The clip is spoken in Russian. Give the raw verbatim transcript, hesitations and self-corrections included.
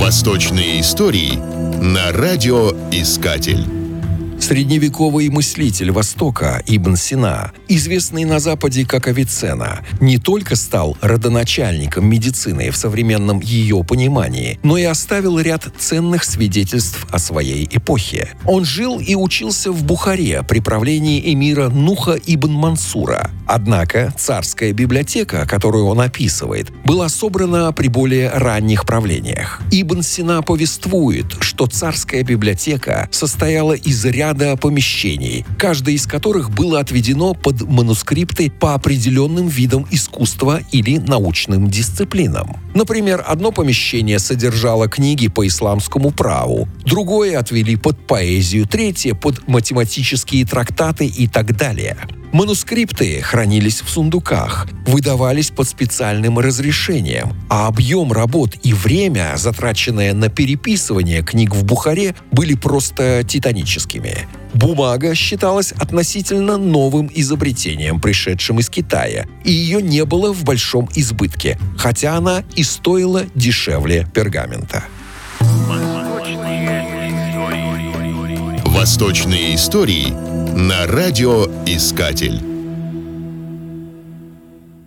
Восточные истории на радиоискатель. Средневековый мыслитель Востока Ибн Сина, известный на Западе как Авиценна, не только стал родоначальником медицины в современном ее понимании, но и оставил ряд ценных свидетельств о своей эпохе. Он жил и учился в Бухаре при правлении эмира Нуха ибн Мансура. Однако царская библиотека, которую он описывает, была собрана при более ранних правлениях. Ибн Сина повествует, что царская библиотека состояла из ряда помещений, каждое из которых было отведено под манускрипты по определенным видам искусства или научным дисциплинам. Например, одно помещение содержало книги по исламскому праву, другое отвели под поэзию, третье — под математические трактаты и так далее. Манускрипты хранились в сундуках, выдавались под специальным разрешением, а объем работ и время, затраченное на переписывание книг в Бухаре, были просто титаническими. Бумага считалась относительно новым изобретением, пришедшим из Китая, и ее не было в большом избытке, хотя она и стоила дешевле пергамента. Восточные истории на радиоискатель.